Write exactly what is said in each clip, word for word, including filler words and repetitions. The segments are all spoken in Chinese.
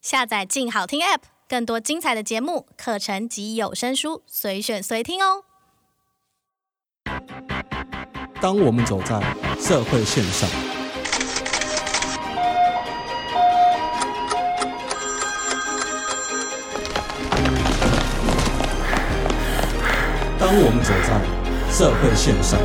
下载静好听 App， 更多精彩的节目、课程及有声书，随选随听哦。 当我们走在社会线上，当我们走在社会线上，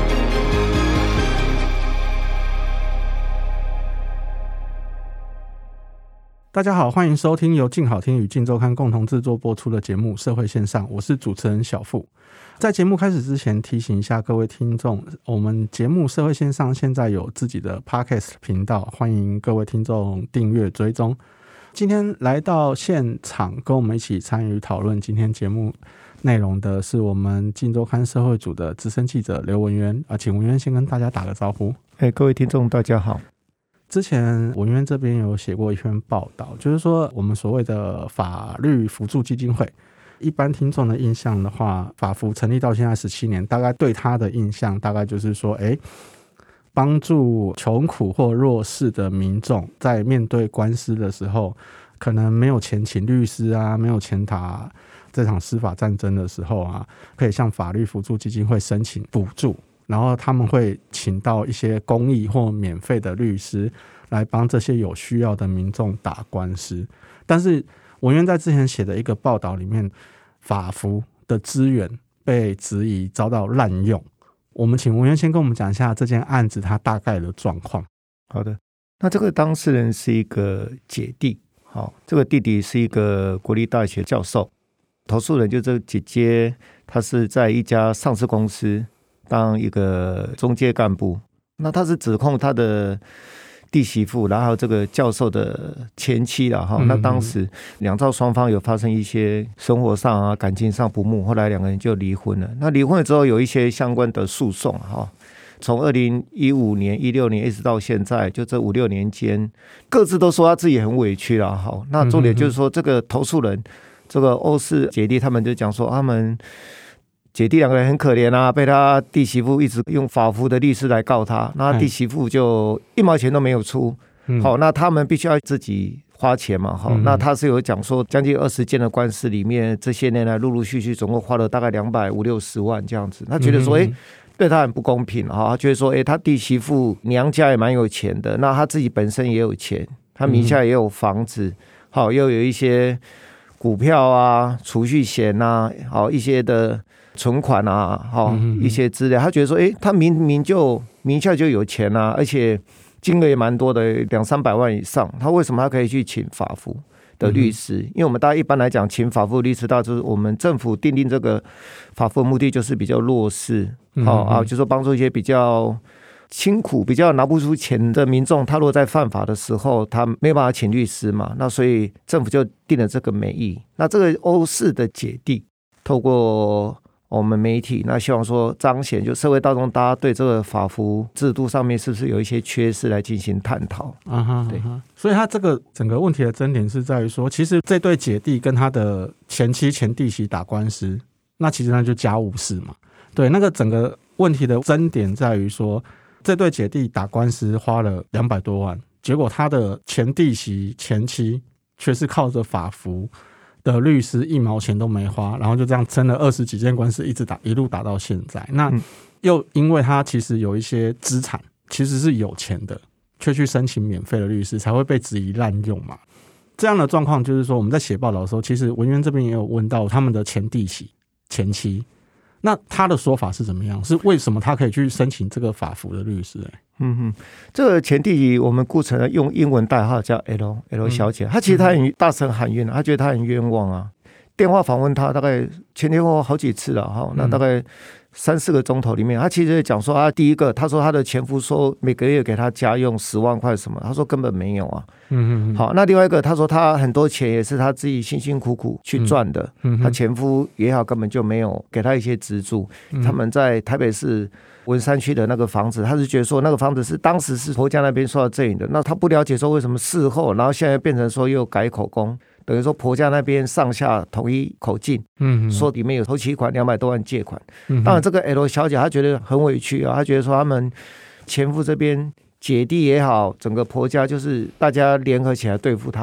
大家好，欢迎收听由静好听与静周刊共同制作播出的节目《社会线上》，我是主持人小富。在节目开始之前，提醒一下各位听众，我们节目《社会线上》现在有自己的 Podcast 频道，欢迎各位听众订阅追踪。今天来到现场跟我们一起参与讨论今天节目内容的是我们静周刊社会组的资深记者刘文渊啊，请文渊先跟大家打个招呼。 哎，各位听众大家好。 之前文渊这边有写过一篇报道，就是说我们所谓的法律扶助基金会，一般听众的印象的话，法扶成立到现在十七年，大概对他的印象大概就是说，哎，帮助穷苦或弱势的民众在面对官司的时候，可能没有钱请律师啊，没有钱打这场司法战争的时候啊，可以向法律扶助基金会申请补助，然后他们会请到一些公益或免费的律师来帮这些有需要的民众打官司。但是文渊在之前写的一个报道里面，法扶的资源被质疑遭到滥用。我们请文渊先跟我们讲一下这件案子它大概的状况。 好的，那这个当事人是一个姐弟，好，这个弟弟是一个国立大学教授，投诉人就这个姐姐，她是在一家上市公司当一个中介干部，那他是指控他的弟媳妇，然后这个教授的前妻啦，嗯嗯，那当时两造双方有发生一些生活上啊、感情上不睦，后来两个人就离婚了。那离婚了之后有一些相关的诉讼哈，从二零一五年、一六年一直到现在，就这五六年间，各自都说他自己很委屈啦。好，那重点就是说，这个投诉人，这个欧氏姐弟，他们就讲说他们姐弟两个人很可怜啊，被他弟媳妇一直用法扶的律师来告他，那他弟媳妇就一毛钱都没有出，嗯，好，那他们必须要自己花钱嘛，好，嗯，那他是有讲说，将近二十件的官司里面，这些年来陆陆续续总共花了大概两百五六十万这样子，他觉得说，哎，嗯，对他很不公平，他觉得说，哎，他弟媳妇娘家也蛮有钱的，那他自己本身也有钱，他名下也有房子，好，又有一些股票啊、储蓄险啊，好一些的存款啊，哦，一些资料，他觉得说，哎，他明明就名下就有钱啊，而且金额也蛮多的，两三百万以上，他为什么他可以去请法扶的律师？因为我们大家一般来讲，请法扶律师，大就是我们政府订定这个法扶的目的就是比较弱势，好啊，就是说帮助一些比较辛苦、比较拿不出钱的民众，他如果在犯法的时候，他没有办法请律师嘛，那所以政府就定了这个美意。那这个欧氏的姐弟透过我们媒体，那希望说彰显就社会大众大家对这个法扶制度上面是不是有一些缺失来进行探讨。 啊哈，对，所以他这个整个问题的争点是在于说，其实这对姐弟跟他的前妻前弟媳打官司，那其实那就家务事嘛。对，那个整个问题的争点在于说，这对姐弟打官司花了两百多万，结果他的前弟媳前妻却是靠着法扶的律师一毛钱都没花，然后就这样撑了二十几件官司，一直打一路打到现在。那又因为他其实有一些资产，其实是有钱的，却去申请免费的律师，才会被质疑滥用嘛。这样的状况就是说，我们在写报道的时候，其实文渊这边也有问到他们的前弟媳前妻，那他的说法是怎么样？是为什么他可以去申请这个法扶的律师？ 嗯哼，这个前弟媳我们顾成用英文代号叫 L L 小姐，她其实她很大声喊冤，她觉得她很冤枉啊。电话访问她大概前前后后好几次了哈，那大概三四个钟头里面，她其实讲说，她第一个，她说她的前夫说每个月给她家用十万块什么，她说根本没有啊。嗯嗯。好，那另外一个，她说她很多钱也是她自己辛辛苦苦去赚的，嗯，她前夫也好根本就没有给她一些资助。嗯，他们在台北市文山区的那个房子，他是觉得说那个房子是当时是婆家那边受到赠与的，那他不了解说为什么事后，然后现在变成说又改口供，等于说婆家那边上下统一口径，嗯，说里面有头期款两百多万借款。嗯，当然这个 L 小姐她觉得很委屈啊，她觉得说他们前夫这边姐弟也好，整个婆家就是大家联合起来对付她，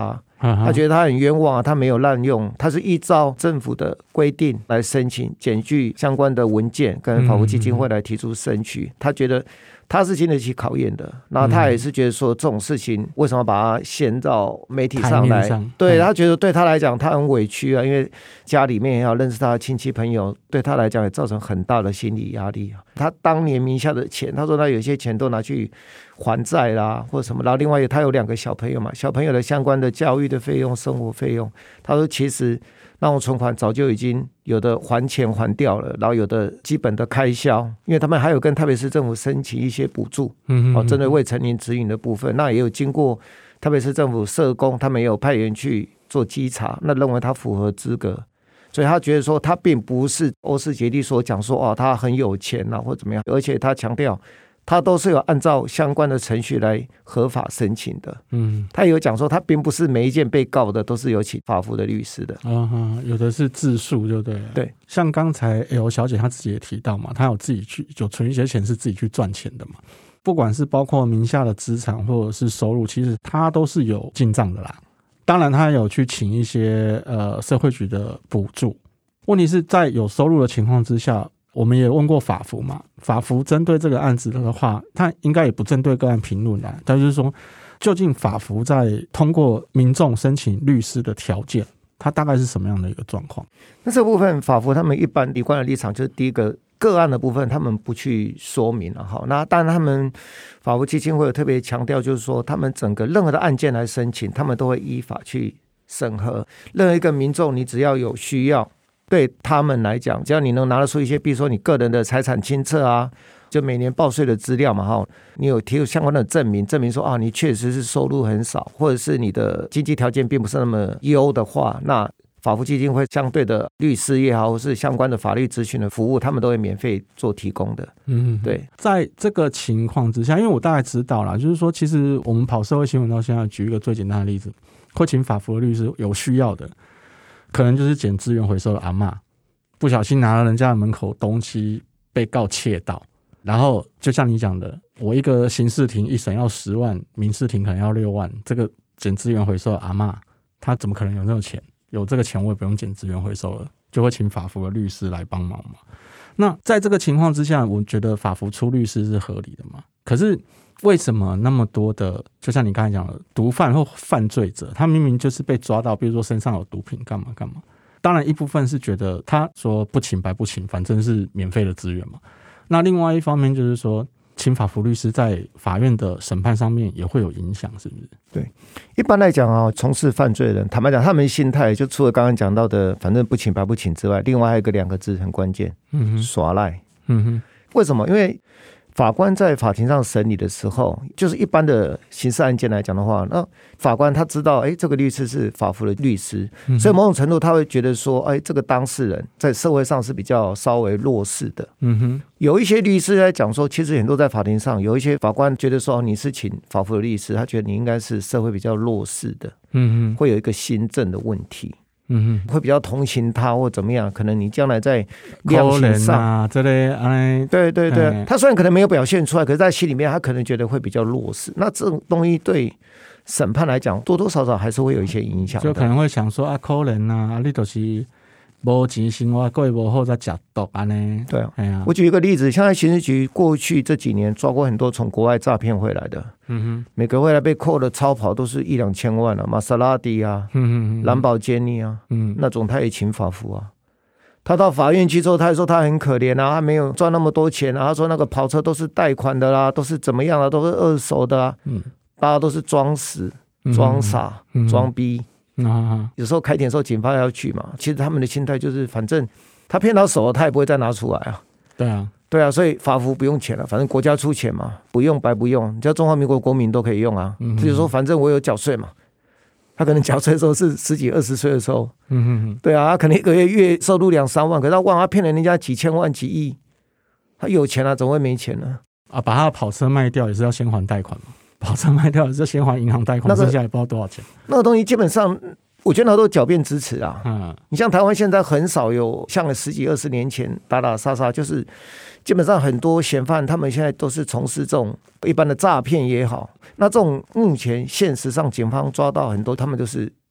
他觉得他很冤枉啊，他没有滥用，他是依照政府的规定来申请，检具相关的文件跟法扶基金会来提出申请，他觉得他是经得起考验的，然后他也是觉得说这种事情为什么把它掀到媒体上来， 上对，他觉得对他来讲他很委屈啊，因为家里面也要认识他的亲戚朋友，对他来讲也造成很大的心理压力。他当年名下的钱，他说他有些钱都拿去还债啦或什么，然后另外他有两个小朋友嘛，小朋友的相关的教育的费用、生活费用，他说其实那种存款早就已经有的还钱还掉了，然后有的基本的开销，因为他们还有跟台北市政府申请一些补助，嗯哦，针对未成年子女的部分，那也有经过台北市政府社工，他们也有派员去做稽查，那认为他符合资格，所以他觉得说他并不是欧式杰利所讲说哦他很有钱啊或怎么样，而且他强调他都是有按照相关的程序来合法申请的。嗯，他有讲说他并不是每一件被告的都是有请法扶的律师的， 啊哈，有的是自诉就对了。 对， 像刚才 L 小姐她自己也提到嘛，她有自己去有存一些钱是自己去赚钱的嘛，不管是包括名下的资产或者是收入，其实她都是有进账的啦。当然她有去请一些呃社会局的补助，问题是在有收入的情况之下，我们也问过法扶嘛，法扶针对这个案子的话，他应该也不针对个案评论啦，但就是说究竟法扶在通过民众申请律师的条件，它大概是什么样的一个状况？ 那这部分法扶他们一般一贯的立场就是第一个个案的部分他们不去说明了，好，那当然他们法扶基金会有特别强调，就是说他们整个任何的案件来申请，他们都会依法去审核，任何一个民众你只要有需要，对他们来讲，只要你能拿得出一些比如说你个人的财产清册啊，就每年报税的资料嘛，你有提出相关的证明，证明说啊你确实是收入很少，或者是你的经济条件并不是那么优的话，那法扶基金会相对的律师也好，或是相关的法律咨询的服务，他们都会免费做提供的。嗯，对。 在这个情况之下，因为我大概知道啦，就是说其实我们跑社会新闻到现在，举一个最简单的例子，会请法扶的律师有需要的可能就是捡资源回收的阿嬷，不小心拿了人家的门口东西被告窃盗，然后就像你讲的，我一个刑事庭一审要十万，民事庭可能要六万，这个捡资源回收的阿嬷他怎么可能有那种钱？有这个钱我也不用捡资源回收了，就会请法扶的律师来帮忙嘛。那在这个情况之下，我觉得法扶出律师是合理的嘛。可是为什么那么多的，就像你刚才讲的毒贩或犯罪者，他明明就是被抓到，比如说身上有毒品干嘛干嘛，当然一部分是觉得他说不请白不请，反正是免费的资源嘛。那另外一方面就是说，请法扶律师在法院的审判上面也会有影响，是不是？ 对，一般来讲啊，从事犯罪的人，坦白讲，他们心态就除了刚刚讲到的，反正不请白不请之外，另外还有一个两个字很关键，嗯哼，耍赖。嗯哼，为什么？因为法官在法庭上审理的时候，就是一般的刑事案件来讲的话，那法官他知道，哎，这个律师是法扶的律师，嗯、所以某种程度他会觉得说，哎，这个当事人在社会上是比较稍微弱势的。嗯哼，有一些律师在讲说，其实很多在法庭上，有一些法官觉得说，你是请法扶的律师，他觉得你应该是社会比较弱势的，嗯哼，会有一个心证的问题。嗯哼，会比较同情他或怎么样，可能你将来在量刑上啊，这类啊， 对对对、哎，他虽然可能没有表现出来，可是在心里面他可能觉得会比较弱势。那这种东西对审判来讲，多多少少还是会有一些影响的， 就可能会想说啊，可怜啊，你就是没钱生活过得不好再吃毒安呢？ 对啊，哎呀，我举一个例子，像在刑事局过去这几年抓过很多从国外诈骗回来的，嗯哼，每个回来被扣的超跑都是一两千万啊，玛莎拉蒂啊，嗯哼，兰博基尼啊，嗯，那种他也请法扶啊。他到法院去之后，他还说他很可怜啊，他没有赚那么多钱啊，他说那个跑车都是贷款的啦，都是怎么样啊，都是二手的啊，嗯，大家都是装死、装傻、嗯、装逼。嗯、有时候开庭的时候警方要去嘛，其实他们的心态就是反正他骗到手了他也不会再拿出来啊。 对啊对啊，所以法扶不用钱了，反正国家出钱嘛，不用白不用，只要中华民国国民都可以用啊。嗯，就是说反正我有缴税嘛，他可能缴税的时候是十几二十岁的时候，嗯哼哼，对啊，他可能一个月月收入两三万，可是他忘他骗了人家几千万几亿，他有钱啊，怎么会没钱呢？ 啊，把他的跑车卖掉也是要先还贷款嘛。跑车卖掉是先还银行贷款，那个、剩下也不知道多少钱。 那个东西基本上，我觉得他都狡辩支持啊。嗯，你像台湾现在很少有像十几二十年前打打杀杀，就是基本上很多嫌犯他们现在都是从事这种一般的诈骗也好。那这种目前现实上警方抓到很多，他们都是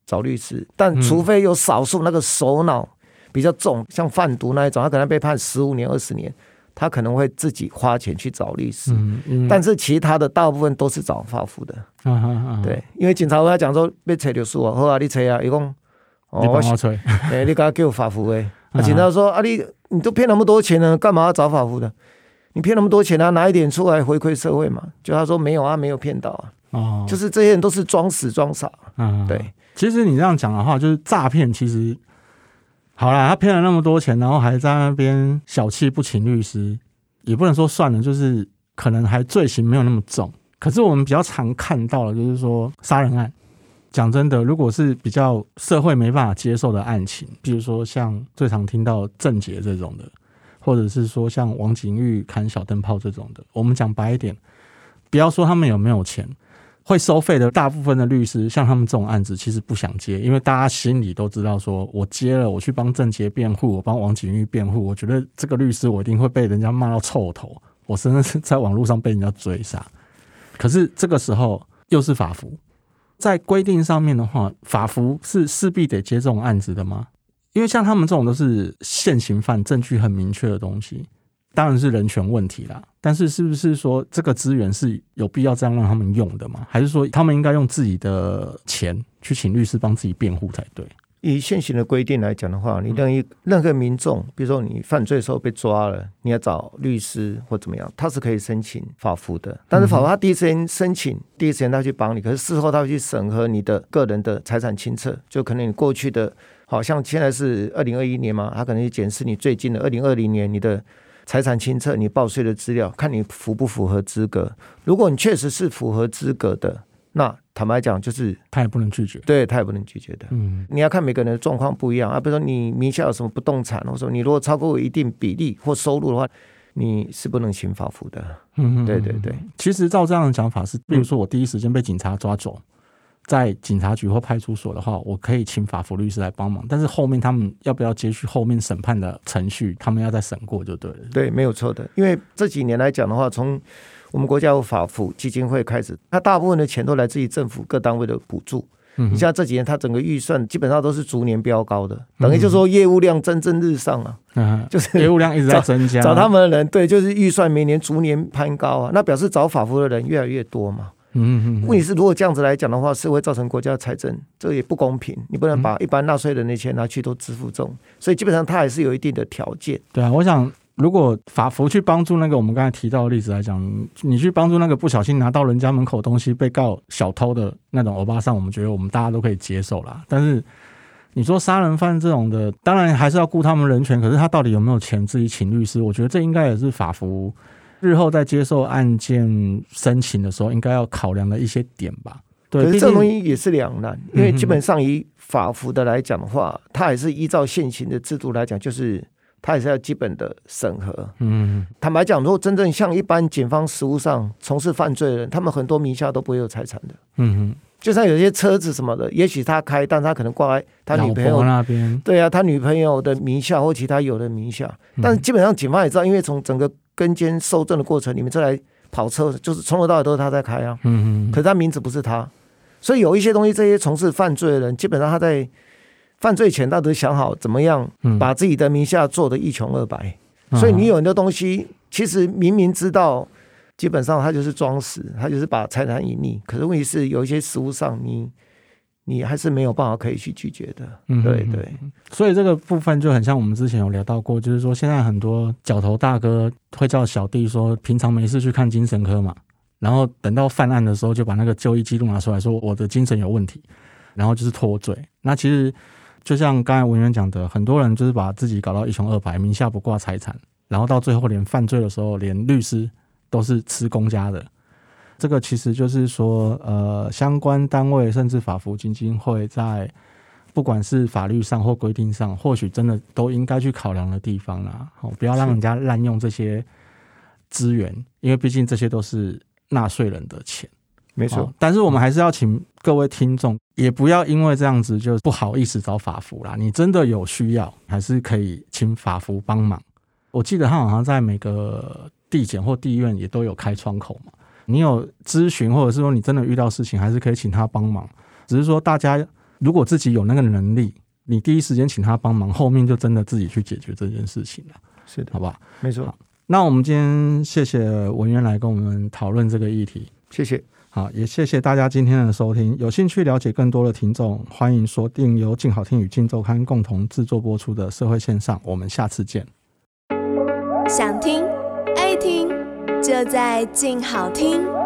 找律师，但除非有少数那个首脑比较重，像贩毒那一种，他可能被判十五年、二十年，他可能会自己花钱去找律师。嗯嗯、但是其他的大部分都是找法服的。啊啊啊、对，因为警察会他讲说，要找律师哦，好啊，你找啊，伊讲， 哦，你帮我找， 哎、欸，你给他给我法服的。啊，警察说啊，你你都骗那么多钱了，干嘛要找法服的？你骗那么多钱啊，拿一点出来回馈社会嘛？就他说没有啊，没有骗到啊。哦，就是这些人都是装死装傻。嗯，对。 其实你这样讲的话，就是诈骗。其实好啦，他骗了那么多钱，然后还在那边小气不请律师，也不能说算了，就是可能还罪行没有那么重。可是我们比较常看到的就是说杀人案。讲真的，如果是比较社会没办法接受的案情，比如说像最常听到郑捷这种的，或者是说像王景玉砍小灯泡这种的，我们讲白一点，不要说他们有没有钱，会收费的大部分的律师，像他们这种案子其实不想接，因为大家心里都知道说，我接了，我去帮郑捷辩护，我帮王景玉辩护，我觉得这个律师我一定会被人家骂到臭头，我甚至是在网络上被人家追杀。可是这个时候又是法服，在规定上面的话，法服是势必得接这种案子的吗？因为像他们这种都是现行犯，证据很明确的东西，当然是人权问题啦。但是是不是说这个资源是有必要这样让他们用的吗？还是说他们应该用自己的钱去请律师帮自己辩护才对？ 以现行的规定来讲的话，你任意任何民众，比如说你犯罪的时候被抓了，你要找律师或怎么样，他是可以申请法服的。但是法服他第一时间申请，第一时间他去帮你，可是事后他会去审核你的个人的财产清册，就可能你过去的，好像现在是二零二一年嘛，他可能去检视你最近的二零二零年你的财产清册、你报税的资料，看你符不符合资格。如果你确实是符合资格的，那坦白讲，就是他也不能拒绝， 对他也不能拒绝的。嗯，你要看每个人的状况不一样啊。比如说你名下有什么不动产，或者说你如果超过一定比例或收入的话，你是不能请法服的。嗯，对对对。 其实照这样的讲法是，比如说我第一时间被警察抓走，在警察局或派出所的话，我可以请法服律师来帮忙，但是后面他们要不要接续后面审判的程序，他们要再审过就对了。 对，没有错的。因为这几年来讲的话，从我们国家有法服基金会开始，它大部分的钱都来自于政府各单位的补助。嗯，你像这几年，它整个预算基本上都是逐年飙高的，等于就是说业务量蒸蒸日上啊。嗯，就是业务量一直在增加， 找他们的人，对，就是预算每年逐年攀高啊，那表示找法服的人越来越多嘛。嗯嗯，问题是如果这样子来讲的话，是会造成国家财政，这也不公平。你不能把一般纳税人的钱拿去都支付这种，所以基本上它还是有一定的条件。 对啊，我想如果法服去帮助那个我们刚才提到的例子来讲，你去帮助那个不小心拿到人家门口东西被告小偷的那种欧巴桑，我们觉得我们大家都可以接受啦。但是你说杀人犯这种的，当然还是要顾他们人权，可是他到底有没有钱自己请律师？我觉得这应该也是法服日后在接受案件申请的时候应该要考量的一些点吧。对， 可是这种东西也是两难，因为基本上以法服的来讲的话，它还是依照现行的制度来讲，就是它还是要基本的审核。嗯，坦白讲，如果真正像一般检方实务上从事犯罪的人，他们很多名下都不会有财产的。嗯哼，就像有些车子什么的，也许他开，但他可能挂在他女朋友那边， 对啊，他女朋友的名下或其他有的名下。但是基本上警方也知道，因为从整个跟监搜证的过程里面，这台跑车就是从头到尾都是他在开啊。嗯哼，可是他名字不是他，所以有一些东西，这些从事犯罪的人，基本上他在犯罪前他都想好怎么样把自己的名下做得一穷二白。嗯，所以你有很多东西，其实明明知道。基本上他就是装死，他就是把财产隐匿。可是问题是有一些实务上你你还是没有办法可以去拒绝的。嗯，对对。 所以这个部分就很像我们之前有聊到过，就是说现在很多角头大哥会叫小弟说平常没事去看精神科嘛，然后等到犯案的时候就把那个就医记录拿出来说我的精神有问题，然后就是脱罪。那其实就像刚才文员讲的，很多人就是把自己搞到一穷二白，名下不挂财产，然后到最后连犯罪的时候连律师都是吃公家的。这个其实就是说呃，相关单位甚至法服基金会在不管是法律上或规定上，或许真的都应该去考量的地方啦。不要让人家滥用这些资源，因为毕竟这些都是纳税人的钱。 没错， 但是我们还是要请各位听众也不要因为这样子就不好意思找法服啦，你真的有需要还是可以请法服帮忙。我记得他好像在每个地检或地院也都有开窗口嘛，你有咨询或者是说你真的遇到事情还是可以请他帮忙，只是说大家如果自己有那个能力，你第一时间请他帮忙，后面就真的自己去解决这件事情了。 是的， 好不好？ 没错。 那我们今天谢谢文渊来跟我们讨论这个议题， 谢谢。 好，也谢谢大家今天的收听。有兴趣了解更多的听众，欢迎锁定由静好听与静周刊共同制作播出的社会线上，我们下次见。 想听爱听，就在静好听。